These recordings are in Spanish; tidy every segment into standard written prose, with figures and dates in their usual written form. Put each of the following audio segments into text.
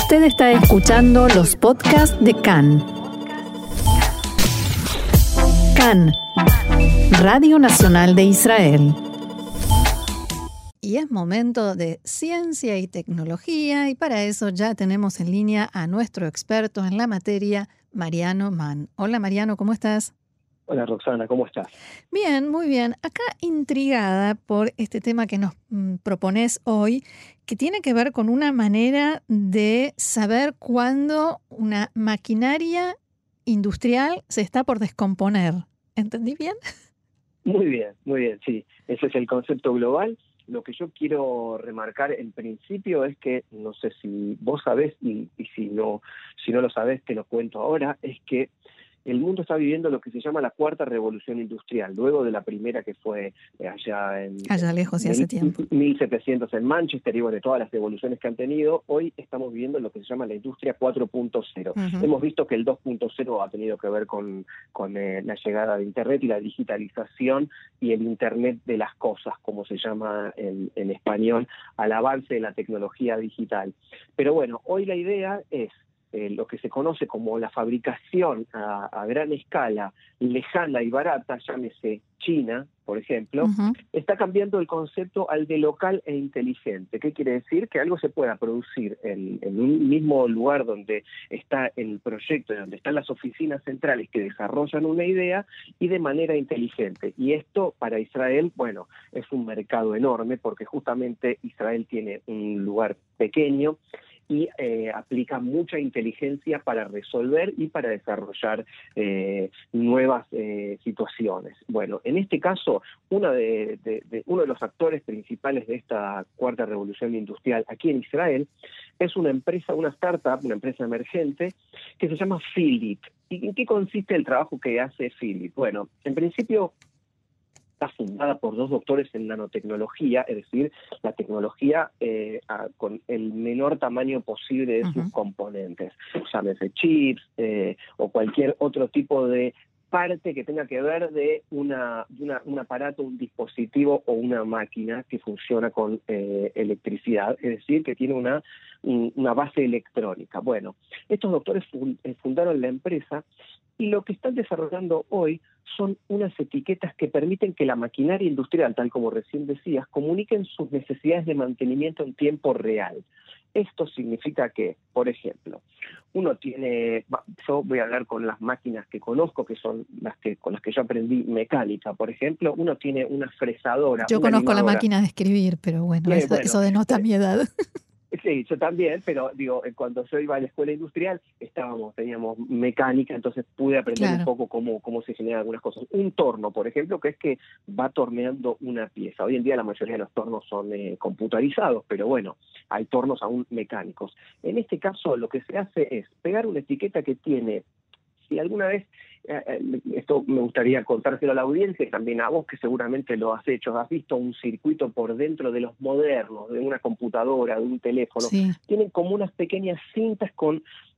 Usted está escuchando los podcasts de CAN. CAN, Radio Nacional de Israel. Y es momento de ciencia y tecnología, y para eso ya tenemos en línea a nuestro experto en la materia, Mariano Mann. Hola Mariano, ¿cómo estás? Hola Roxana, ¿cómo estás? Bien, muy bien. Acá intrigada por este tema que nos propones hoy, que tiene que ver con una manera de saber cuándo una maquinaria industrial se está por descomponer. ¿Entendí bien? Muy bien, sí. Ese es el concepto global. Lo que yo quiero remarcar en principio es que, no sé si vos sabés, y si no lo sabés, te lo cuento ahora, es que el mundo está viviendo lo que se llama la cuarta revolución industrial, luego de la primera que fue allá lejos y hace tiempo. 1700 en Manchester, y bueno, de todas las revoluciones que han tenido. Hoy estamos viviendo lo que se llama la industria 4.0. Hemos visto que el 2.0 ha tenido que ver con la llegada de Internet y la digitalización y el Internet de las cosas, como se llama en español, al avance de la tecnología digital. Pero bueno, hoy la idea es lo que se conoce como la fabricación a gran escala, lejana y barata, llámese China, por ejemplo, está cambiando el concepto al de local e inteligente. ¿Qué quiere decir? Que algo se pueda producir en un mismo lugar donde está el proyecto, donde están las oficinas centrales que desarrollan una idea, y de manera inteligente. Y esto para Israel, bueno, es un mercado enorme, porque justamente Israel tiene un lugar pequeño y aplica mucha inteligencia para resolver y para desarrollar nuevas situaciones. Bueno, en este caso, uno de los actores principales de esta cuarta revolución industrial aquí en Israel es una empresa, una startup, una empresa emergente que se llama Philip. ¿Y en qué consiste el trabajo que hace Philip? Bueno, en principio está fundada por dos doctores en nanotecnología, es decir, la tecnología con el menor tamaño posible de sus componentes, llámese chips o cualquier otro tipo de parte que tenga que ver de un aparato, un dispositivo o una máquina que funciona con electricidad, es decir, que tiene una base electrónica. Bueno, estos doctores fundaron la empresa, y lo que están desarrollando hoy son unas etiquetas que permiten que la maquinaria industrial, tal como recién decías, comuniquen sus necesidades de mantenimiento en tiempo real. Esto significa que, por ejemplo, yo voy a hablar con las máquinas que conozco, que son con las que yo aprendí mecánica. Por ejemplo, uno tiene una fresadora. Yo conozco la máquina de escribir, pero bueno, eso denota mi edad. Sí, yo también, pero digo, cuando yo iba a la escuela industrial teníamos mecánica, entonces pude aprender un poco cómo se generan algunas cosas. Un torno, por ejemplo, que es que va torneando una pieza. Hoy en día la mayoría de los tornos son computarizados, pero bueno, hay tornos aún mecánicos. En este caso lo que se hace es pegar una etiqueta que tiene, si alguna vez, esto me gustaría contárselo a la audiencia y también a vos, que seguramente lo has hecho, has visto un circuito por dentro de los modernos, de una computadora, de un teléfono. Sí. Tienen como unas pequeñas cintas con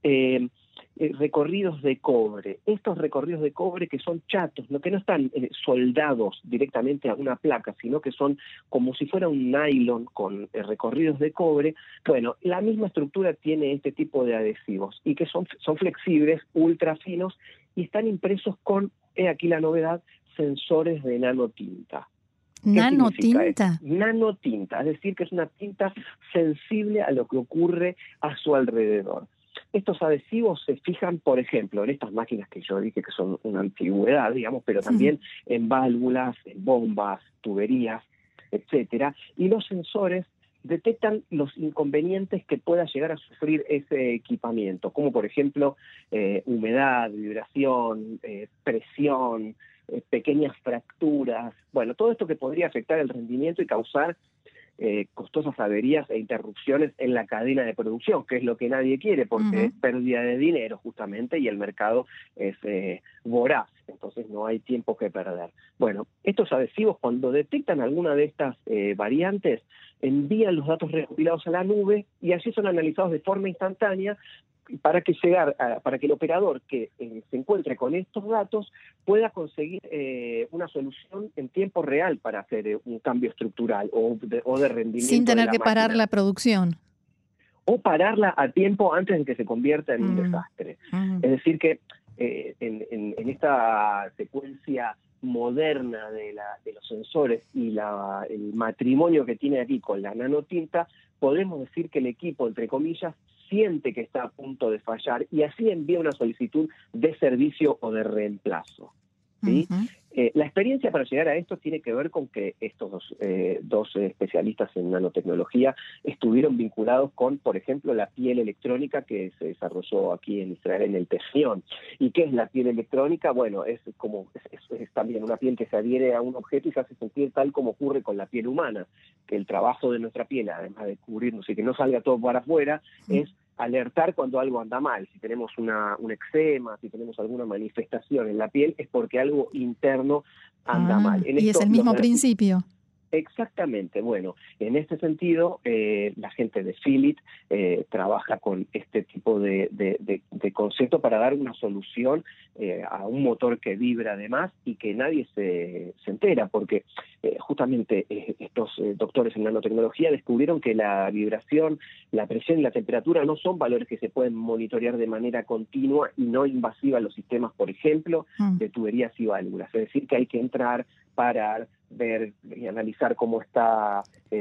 recorridos de cobre. Estos recorridos de cobre que son chatos, que no están soldados directamente a una placa, sino que son como si fuera un nylon con recorridos de cobre. Bueno, la misma estructura tiene este tipo de adhesivos, y que son flexibles, ultra finos, y están impresos con, aquí la novedad, sensores de nanotinta. ¿Nanotinta? Nanotinta, es decir, que es una tinta sensible a lo que ocurre a su alrededor. Estos adhesivos se fijan, por ejemplo, en estas máquinas que yo dije que son una antigüedad, digamos, pero también en válvulas, en bombas, tuberías, etcétera, y los sensores detectan los inconvenientes que pueda llegar a sufrir ese equipamiento, como por ejemplo humedad, vibración, presión, pequeñas fracturas, bueno, todo esto que podría afectar el rendimiento y causar costosas averías e interrupciones en la cadena de producción, que es lo que nadie quiere, porque es pérdida de dinero justamente, y el mercado es voraz, entonces no hay tiempo que perder. Bueno, estos adhesivos, cuando detectan alguna de estas variantes, envían los datos recopilados a la nube, y allí son analizados de forma instantánea para que el operador que se encuentre con estos datos pueda conseguir una solución en tiempo real para hacer un cambio estructural o de rendimiento. Sin tener que parar la producción. o pararla a tiempo antes de que se convierta en un desastre. Es decir que en esta secuencia moderna de los sensores y el matrimonio que tiene aquí con la nanotinta, podemos decir que el equipo, entre comillas, siente que está a punto de fallar y así envía una solicitud de servicio o de reemplazo. ¿Sí? La experiencia para llegar a esto tiene que ver con que estos dos especialistas en nanotecnología estuvieron vinculados con, por ejemplo, la piel electrónica que se desarrolló aquí en Israel, en el Tejión. ¿Y qué es la piel electrónica? Bueno, es también una piel que se adhiere a un objeto y se hace sentir tal como ocurre con la piel humana, que el trabajo de nuestra piel, además de cubrirnos y que no salga todo para afuera, es alertar cuando algo anda mal. Si tenemos un eczema, si tenemos alguna manifestación en la piel, es porque algo interno anda mal. Y es el mismo principio. Exactamente. Bueno, en este sentido, la gente de Philips trabaja con este tipo de concepto para dar una solución a un motor que vibra además y que nadie se entera, porque justamente estos doctores en nanotecnología descubrieron que la vibración, la presión y la temperatura no son valores que se pueden monitorear de manera continua y no invasiva a los sistemas, por ejemplo, de tuberías y válvulas. Es decir, que hay que entrar, parar, ver y analizar cómo está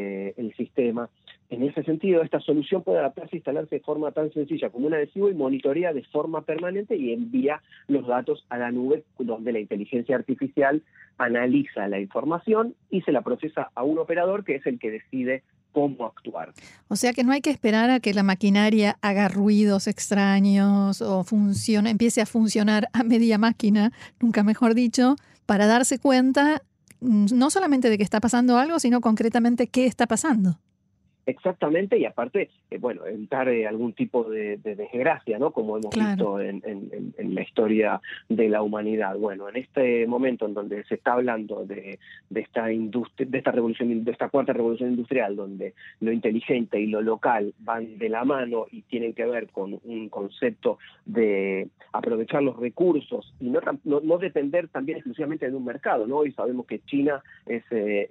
el sistema. En ese sentido, esta solución puede adaptarse e instalarse de forma tan sencilla como un adhesivo y monitorea de forma permanente y envía los datos a la nube, donde la inteligencia artificial analiza la información y se la procesa a un operador que es el que decide cómo actuar. O sea que no hay que esperar a que la maquinaria haga ruidos extraños o empiece a funcionar a media máquina, nunca mejor dicho, para darse cuenta no solamente de que está pasando algo, sino concretamente qué está pasando. Exactamente, y aparte, evitar algún tipo de desgracia, ¿no? Como hemos visto en la historia de la humanidad. Bueno, en este momento en donde se está hablando de esta industria, de esta cuarta revolución industrial, donde lo inteligente y lo local van de la mano y tienen que ver con un concepto de aprovechar los recursos y no depender también exclusivamente de un mercado, ¿no? Hoy sabemos que China es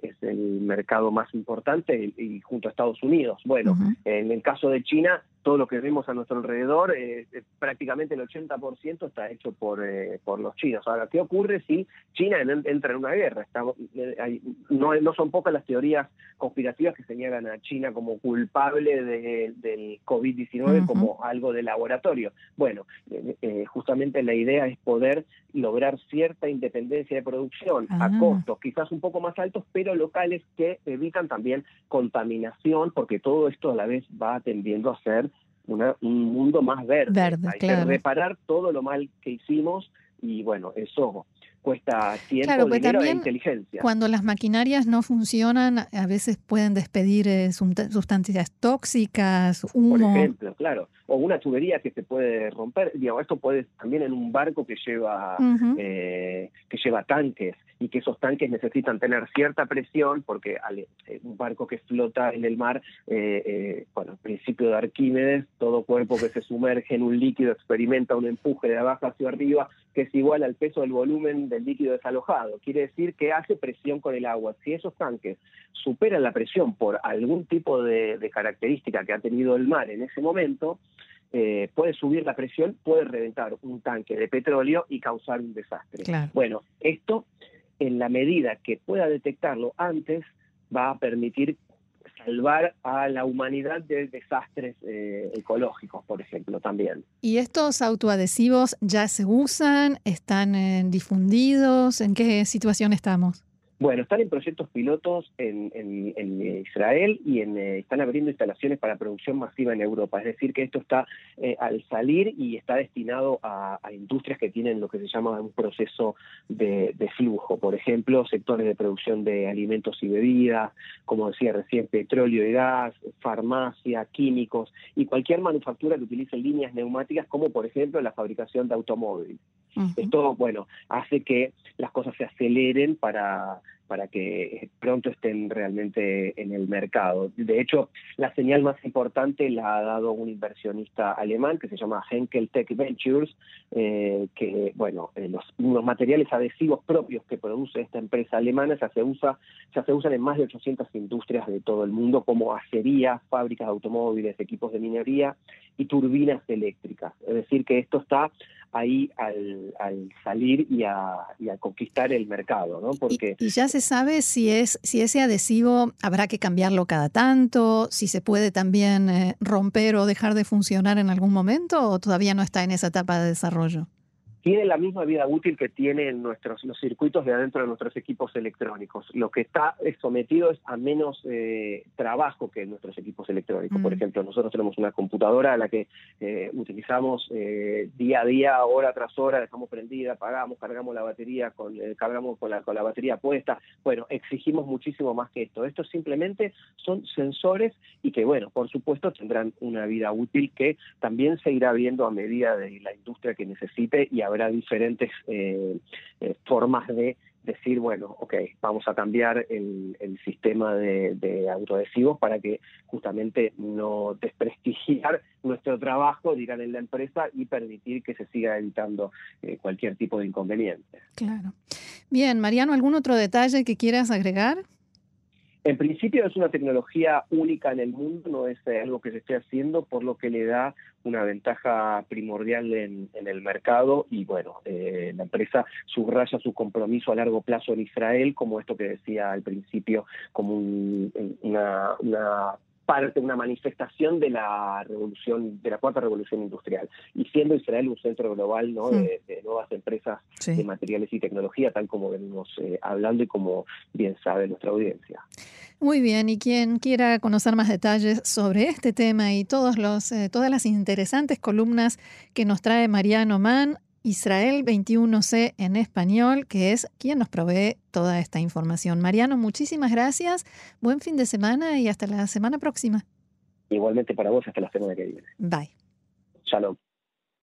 el mercado más importante y junto a Estados Unidos. Bueno, en el caso de China, todo lo que vemos a nuestro alrededor, prácticamente el 80% está hecho por los chinos. Ahora, ¿qué ocurre si China entra en una guerra? No son pocas las teorías conspirativas que señalan a China como culpable del COVID-19 como algo de laboratorio. Bueno, justamente la idea es poder lograr cierta independencia de producción a costos quizás un poco más altos, pero locales que evitan también contaminación, porque todo esto a la vez va tendiendo a ser un mundo más verde. Hay que reparar todo lo mal que hicimos y bueno, eso cuesta tiempo, dinero e inteligencia. Cuando las maquinarias no funcionan, a veces pueden despedir sustancias tóxicas, humo. Por ejemplo, claro. O una tubería que se puede romper. Digamos, esto puede también en un barco que lleva tanques y que esos tanques necesitan tener cierta presión porque un barco que flota en el mar, el principio de Arquímedes, todo cuerpo que se sumerge en un líquido experimenta un empuje de abajo hacia arriba que es igual al peso del volumen del líquido desalojado. Quiere decir que hace presión con el agua. Si esos tanques superan la presión por algún tipo de característica que ha tenido el mar en ese momento, puede subir la presión, puede reventar un tanque de petróleo y causar un desastre. Claro. Bueno, esto, en la medida que pueda detectarlo antes, va a permitir salvar a la humanidad de desastres ecológicos, por ejemplo, también. ¿Y estos autoadhesivos ya se usan? ¿Están difundidos? ¿En qué situación estamos? Bueno, están en proyectos pilotos en Israel y están abriendo instalaciones para producción masiva en Europa. Es decir, que esto está al salir y está destinado a industrias que tienen lo que se llama un proceso de flujo. Por ejemplo, sectores de producción de alimentos y bebidas, como decía recién, petróleo y gas, farmacia, químicos y cualquier manufactura que utilice líneas neumáticas, como por ejemplo la fabricación de automóviles. Esto, hace que las cosas se aceleren para para que pronto estén realmente en el mercado. De hecho, la señal más importante la ha dado un inversionista alemán que se llama Henkel Tech Ventures, que, bueno, los materiales adhesivos propios que produce esta empresa alemana ya se usan en más de 800 industrias de todo el mundo, como acerías, fábricas de automóviles, equipos de minería y turbinas eléctricas. Es decir, que esto está ahí al salir y a conquistar el mercado, ¿no? Porque ¿Y ya se sabe si ese adhesivo habrá que cambiarlo cada tanto, si se puede también romper o dejar de funcionar en algún momento, o todavía no está en esa etapa de desarrollo? Tiene la misma vida útil que tienen los circuitos de adentro de nuestros equipos electrónicos. Lo que está sometido es a menos trabajo que nuestros equipos electrónicos. Por ejemplo, nosotros tenemos una computadora a la que utilizamos día a día, hora tras hora, dejamos prendida, apagamos, cargamos la batería, cargamos con la batería puesta. Bueno, exigimos muchísimo más que esto. Esto simplemente son sensores y que, bueno, por supuesto tendrán una vida útil que también se irá viendo a medida de la industria que necesite, y habrá diferentes formas de decir, bueno, ok, vamos a cambiar el sistema de autoadhesivos para que justamente no desprestigiar nuestro trabajo, dirán en la empresa, y permitir que se siga evitando cualquier tipo de inconveniente. Claro. Bien, Mariano, ¿algún otro detalle que quieras agregar? En principio es una tecnología única en el mundo, no es algo que se esté haciendo, por lo que le da una ventaja primordial en el mercado, y bueno, la empresa subraya su compromiso a largo plazo en Israel, como esto que decía al principio, como una manifestación de la cuarta revolución industrial, y siendo Israel un centro global, ¿no? de nuevas empresas de materiales y tecnología, tal como venimos hablando y como bien sabe nuestra audiencia. Muy bien, y quien quiera conocer más detalles sobre este tema y todas las interesantes columnas que nos trae Mariano Mann, Israel 21C en español, que es quien nos provee toda esta información. Mariano, muchísimas gracias, buen fin de semana y hasta la semana próxima. Igualmente para vos, hasta la semana que viene. Bye. Shalom.